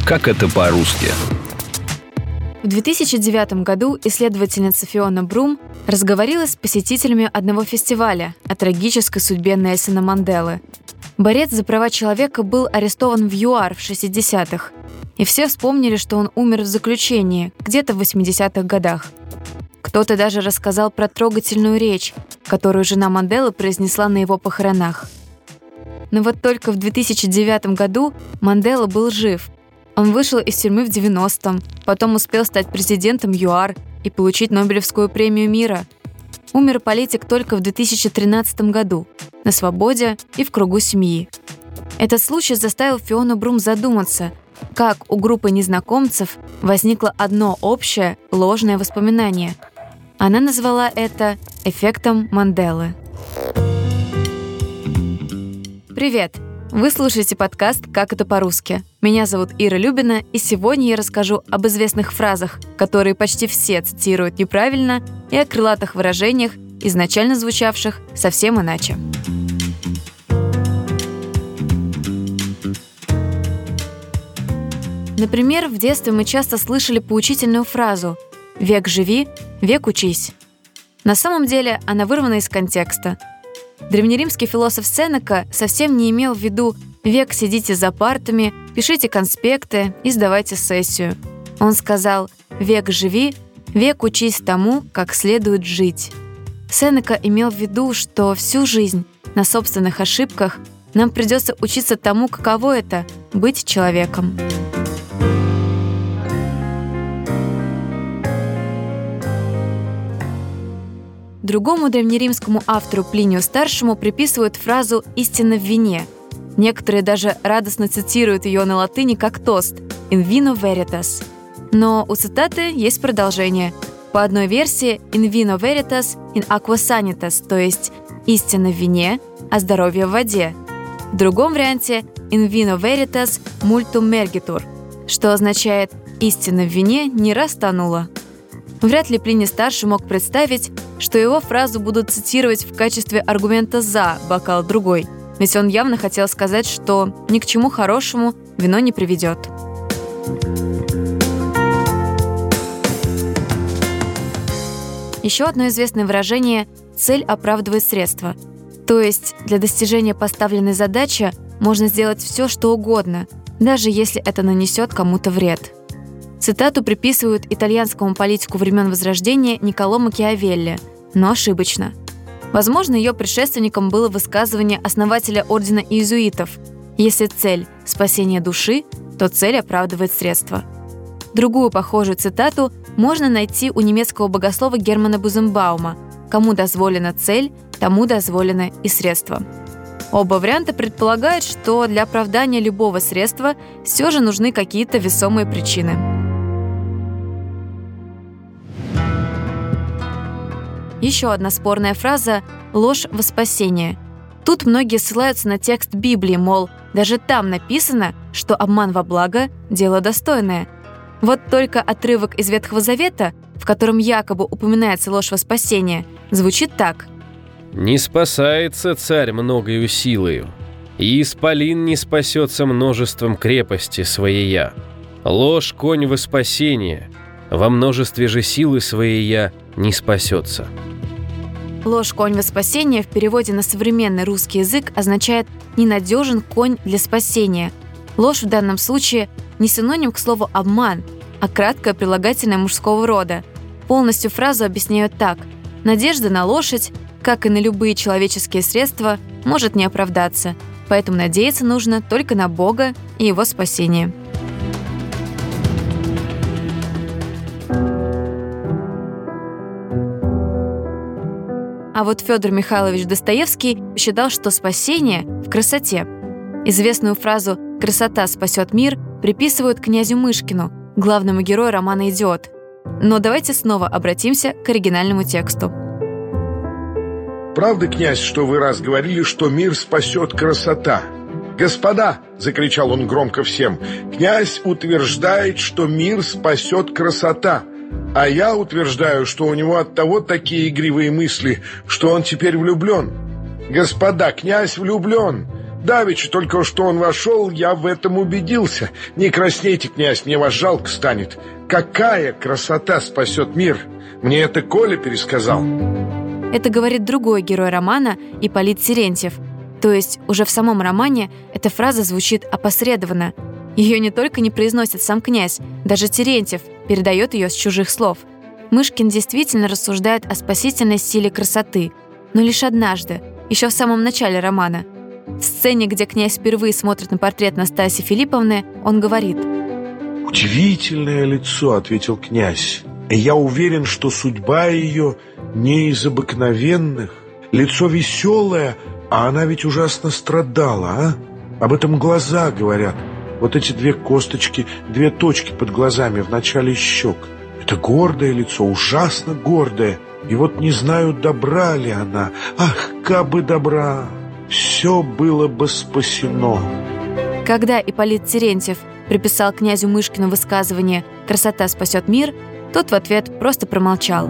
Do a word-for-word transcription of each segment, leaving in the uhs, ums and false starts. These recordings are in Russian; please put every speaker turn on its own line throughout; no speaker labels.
Как это по-русски?
В две тысячи девятом году исследовательница Фиона Брум разговорилась с посетителями одного фестиваля о трагической судьбе Нельсона Манделы. Борец за права человека был арестован в ЮАР в шестидесятых, и все вспомнили, что он умер в заключении где-то в восьмидесятых годах. Кто-то даже рассказал про трогательную речь, которую жена Манделы произнесла на его похоронах. Но вот только в две тысячи девятом году Мандела был жив. Он вышел из тюрьмы в девяностом, потом успел стать президентом ЮАР и получить Нобелевскую премию мира. Умер политик только в две тысячи тринадцатом году, на свободе и в кругу семьи. Этот случай заставил Фиону Брум задуматься, как у группы незнакомцев возникло одно общее ложное воспоминание. Она назвала это эффектом Манделы. Привет! Вы слушаете подкаст «Как это по-русски». Меня зовут Ира Любина, и сегодня я расскажу об известных фразах, которые почти все цитируют неправильно, и о крылатых выражениях, изначально звучавших совсем иначе. Например, в детстве мы часто слышали поучительную фразу «век живи, век учись». На самом деле она вырвана из контекста. Древнеримский философ Сенека совсем не имел в виду «век сидите за партами, пишите конспекты и сдавайте сессию». Он сказал «век живи, век учись тому, как следует жить». Сенека имел в виду, что всю жизнь на собственных ошибках нам придется учиться тому, каково это — быть человеком. Другому древнеримскому автору Плинию Старшему приписывают фразу «истина в вине». Некоторые даже радостно цитируют ее на латыни как тост «in vino veritas». Но у цитаты есть продолжение. По одной версии «in vino veritas in aqua sanitas», то есть «истина в вине, а здоровье в воде». В другом варианте «in vino veritas multum mergitur», что означает «истина в вине не раз тонула». Вряд ли Плиний Старший мог представить, что его фразу будут цитировать в качестве аргумента «за» бокал другой, ведь он явно хотел сказать, что ни к чему хорошему вино не приведет. Еще одно известное выражение «цель оправдывает средства». То есть для достижения поставленной задачи можно сделать все, что угодно, даже если это нанесет кому-то вред. Цитату приписывают итальянскому политику времен Возрождения Никколо Макиавелли, но ошибочно. Возможно, ее предшественником было высказывание основателя ордена иезуитов: «Если цель – спасение души, то цель оправдывает средства». Другую похожую цитату можно найти у немецкого богослова Германа Бузенбаума: «Кому дозволена цель, тому дозволено и средство». Оба варианта предполагают, что для оправдания любого средства все же нужны какие-то весомые причины. Еще одна спорная фраза – ложь во спасение. Тут многие ссылаются на текст Библии, мол, даже там написано, что обман во благо – дело достойное. Вот только отрывок из Ветхого Завета, в котором якобы упоминается ложь во спасение, звучит так:
«Не спасается царь многою силою, и исполин не спасется множеством крепости своея. Ложь конь во спасение, во множестве же силы своея не спасется».
Ложь конь во спасение в переводе на современный русский язык означает «ненадежен конь для спасения». Ложь в данном случае не синоним к слову «обман», а краткое прилагательное мужского рода. Полностью фразу объясняют так: надежда на лошадь, как и на любые человеческие средства, может не оправдаться, поэтому надеяться нужно только на Бога и Его спасение. А вот Федор Михайлович Достоевский считал, что спасение в красоте. Известную фразу «красота спасет мир» приписывают князю Мышкину, главному герою романа «Идиот». Но давайте снова обратимся к оригинальному тексту.
«Правда, князь, что вы раз говорили, что мир спасет красота? Господа!» — закричал он громко всем. «Князь утверждает, что мир спасет красота. А я утверждаю, что у него оттого такие игривые мысли, что он теперь влюблен. Господа, князь влюблен. Давеча только что он вошел, я в этом убедился. Не краснейте, князь, мне вас жалко станет. Какая красота спасет мир! Мне это Коля пересказал.
Это говорит другой герой романа, Ипполит Терентьев. То есть уже в самом романе эта фраза звучит опосредованно. Ее не только не произносит сам князь, даже Терентьев передает ее с чужих слов. Мышкин действительно рассуждает о спасительной силе красоты, но лишь однажды, еще в самом начале романа. В сцене, где князь впервые смотрит на портрет Настасьи Филипповны, он говорит:
«Удивительное лицо», — ответил князь. «Я уверен, что судьба ее не из обыкновенных. Лицо веселое, а она ведь ужасно страдала, а? Об этом глаза говорят. Вот эти две косточки, две точки под глазами в начале щек. Это гордое лицо, ужасно гордое. И вот не знаю, добра ли она. Ах, кабы добра! Все было бы спасено».
Когда Ипполит Терентьев приписал князю Мышкину высказывание «красота спасет мир», тот в ответ просто промолчал.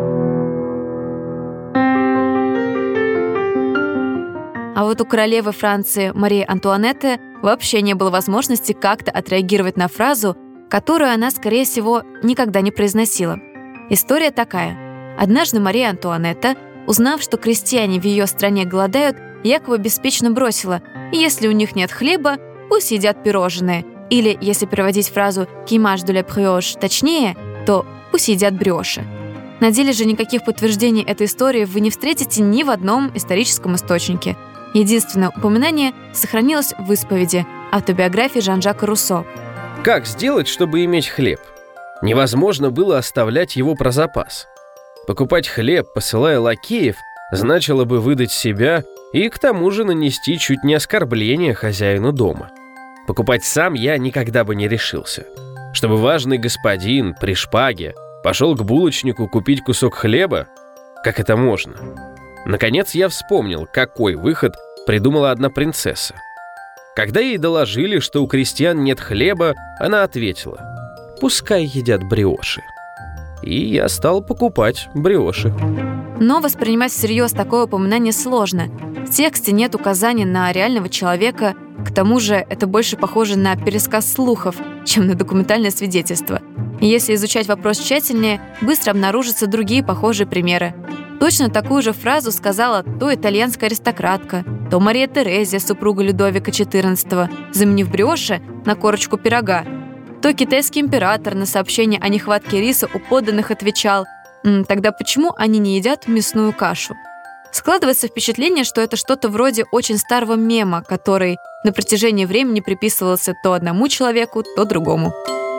А вот у королевы Франции Марии Антуанетты вообще не было возможности как-то отреагировать на фразу, которую она, скорее всего, никогда не произносила. История такая. Однажды Мария Антуанетта, узнав, что крестьяне в ее стране голодают, якобы беспечно бросила: «Если у них нет хлеба, пусть едят пирожные». Или, если переводить фразу «qui mange de la brioche» точнее, то «пусть едят брёши». На деле же никаких подтверждений этой истории вы не встретите ни в одном историческом источнике. Единственное упоминание сохранилось в исповеди, автобиографии Жан-Жака Руссо.
Как сделать, чтобы иметь хлеб? Невозможно было оставлять его про запас. Покупать хлеб, посылая лакеев, значило бы выдать себя и к тому же нанести чуть не оскорбление хозяину дома. Покупать сам я никогда бы не решился. Чтобы важный господин при шпаге пошел к булочнику купить кусок хлеба? Как это можно? Наконец я вспомнил, какой выход придумала одна принцесса. Когда ей доложили, что у крестьян нет хлеба, она ответила: «Пускай едят бриоши». И я стал покупать бриоши.
Но воспринимать всерьез такое упоминание сложно. В тексте нет указаний на реального человека, к тому же это больше похоже на пересказ слухов, чем на документальное свидетельство. И если изучать вопрос тщательнее, быстро обнаружатся другие похожие примеры. Точно такую же фразу сказала то итальянская аристократка, то Мария Терезия, супруга Людовика четырнадцатого, заменив бриоши на корочку пирога, то китайский император на сообщение о нехватке риса у подданных отвечал: «М, тогда почему они не едят мясную кашу?» Складывается впечатление, что это что-то вроде очень старого мема, который на протяжении времени приписывался то одному человеку, то другому.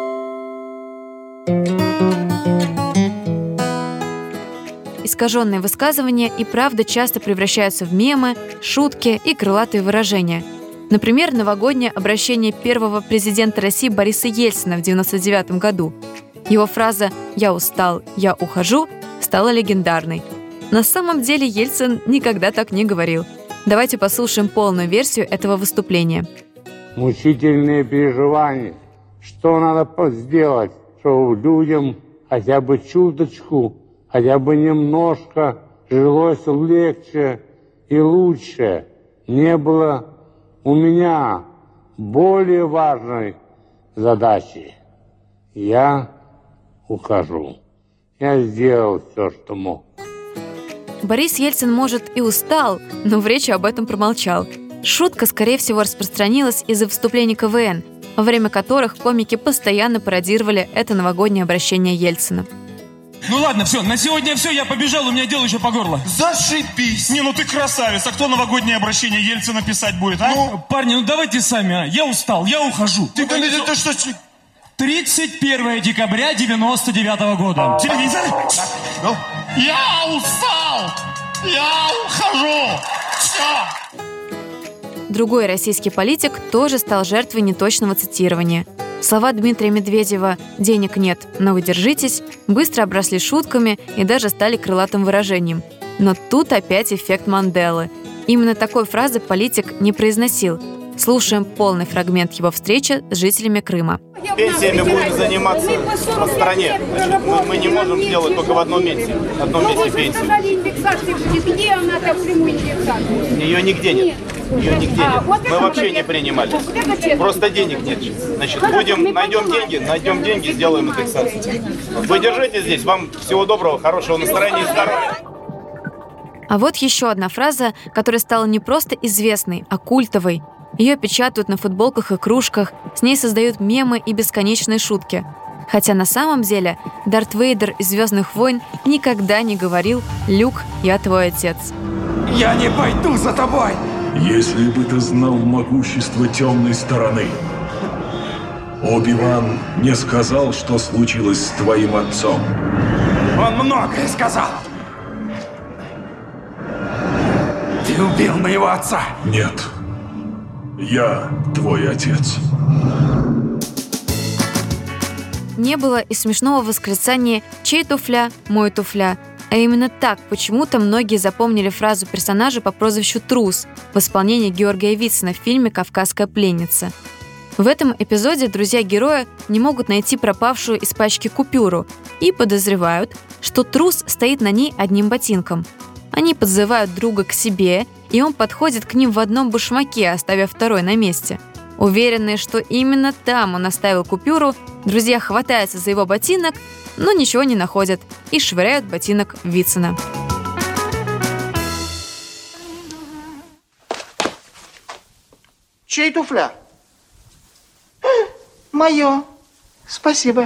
Искаженные высказывания и правда часто превращаются в мемы, шутки и крылатые выражения. Например, новогоднее обращение первого президента России Бориса Ельцина в девяносто девятом году. Его фраза «Я устал, я ухожу» стала легендарной. На самом деле Ельцин никогда так не говорил. Давайте послушаем полную версию этого выступления.
Мучительные переживания. Что надо сделать, чтобы людям хотя бы чуточку, хотя бы немножко жилось легче и лучше. Не было у меня более важной задачи. Я ухожу. Я сделал все, что мог.
Борис Ельцин, может, и устал, но в речи об этом промолчал. Шутка, скорее всего, распространилась из-за выступлений ка вэ эн, во время которых комики постоянно пародировали это новогоднее обращение Ельцина.
Ну ладно, все, на сегодня все, я побежал, у меня дело еще по горло.
Зашибись!
Не, ну ты красавец, а кто новогоднее обращение Ельцина писать будет, а?
Ну,
парни, ну давайте сами, а? Я устал, я ухожу.
Ты, ты, ты, ты что?
тридцать первое декабря девяносто девятого года. Телевизор?
Ну?
Я устал! Я ухожу! Все!
Другой российский политик тоже стал жертвой неточного цитирования. Слова Дмитрия Медведева «денег нет, но вы держитесь» быстро обросли шутками и даже стали крылатым выражением. Но тут опять эффект Манделы. Именно такой фразы политик не произносил. Слушаем полный фрагмент его встречи с жителями Крыма.
Пенсиями будем заниматься по стране. Значит, мы, мы не можем сделать только в одном месте. В одном месте пенсию.
Где она, так, прямую индексацию?
Ее нигде нет. Ее нигде нет. Мы вообще не принимали. Просто денег нет. Значит, будем, найдем деньги, найдем деньги, сделаем индексацию. Вы держите здесь. Вам всего доброго, хорошего настроения и здоровья.
А вот еще одна фраза, которая стала не просто известной, а культовой. Ее печатают на футболках и кружках, с ней создают мемы и бесконечные шутки. Хотя на самом деле Дарт Вейдер из «Звездных войн» никогда не говорил «Люк, я твой отец».
Я не пойду за тобой!
Если бы ты знал могущество темной стороны, Оби-Ван не сказал, что случилось с твоим отцом.
Он многое сказал. Ты убил моего отца.
Нет. Я твой отец.
Не было и смешного восклицания «чей туфля, мой туфля», а именно так почему-то многие запомнили фразу персонажа по прозвищу Трус в исполнении Георгия Вицина в фильме «Кавказская пленница». В этом эпизоде друзья героя не могут найти пропавшую из пачки купюру и подозревают, что Трус стоит на ней одним ботинком. Они подзывают друга к себе, и он подходит к ним в одном башмаке, оставив второй на месте. Уверенные, что именно там он оставил купюру, друзья хватаются за его ботинок, но ничего не находят и швыряют ботинок Вицина.
Чей туфля? Мое. Спасибо.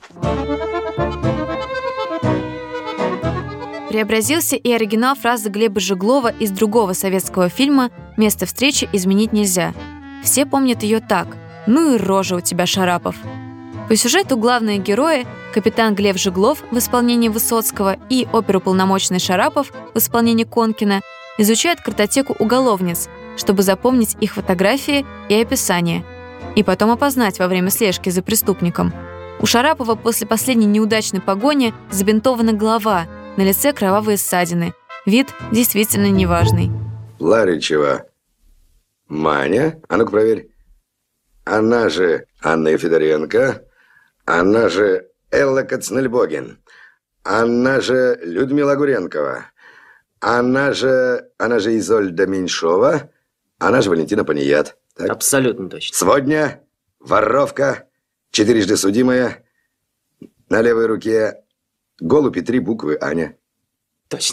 Преобразился и оригинал фразы Глеба Жеглова из другого советского фильма «Место встречи изменить нельзя». Все помнят ее так: «Ну и рожа у тебя, Шарапов». По сюжету главные герои – капитан Глеб Жеглов в исполнении Высоцкого и оперуполномоченный Шарапов в исполнении Конкина – изучают картотеку уголовниц, чтобы запомнить их фотографии и описания, и потом опознать во время слежки за преступником. У Шарапова после последней неудачной погони забинтована голова, на лице кровавые ссадины. Вид действительно неважный.
Ларичева Маня, а ну-ка проверь. Она же Анна Федоренко, она же Элла Кацнельбогин, она же Людмила Гуренкова, она же, она же Изольда Меньшова, она же Валентина Паният. Так?
Абсолютно точно.
Сводня, воровка, четырежды судимая, на левой руке голубь и три буквы Аня.
Точно.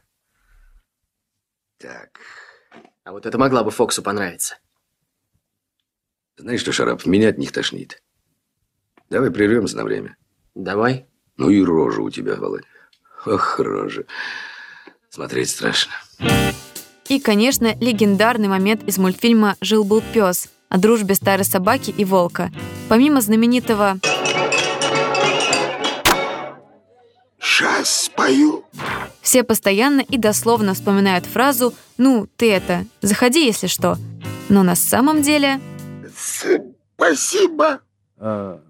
Так.
А вот это могла бы Фоксу понравиться.
Знаешь что, Шарап, меня от них тошнит. Давай прервемся на время.
Давай.
Ну и рожа у тебя, Володя. Ох, рожа. Смотреть страшно.
И, конечно, легендарный момент из мультфильма «Жил-был пес» о дружбе старой собаки и волка. Помимо знаменитого
«Сейчас спою»,
все постоянно и дословно вспоминают фразу «Ну, ты это, заходи, если что». Но на самом деле...
Спасибо.
А...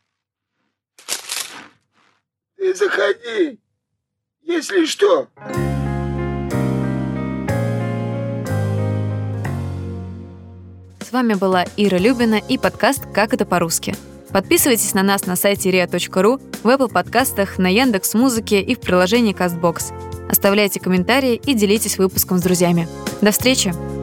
Ты заходи, если что.
С вами была Ира Любина и подкаст «Как это по-русски». Подписывайтесь на нас на сайте риа точка ру, в Apple подкастах, на Яндекс.Музыке и в приложении Castbox. Оставляйте комментарии и делитесь выпуском с друзьями. До встречи!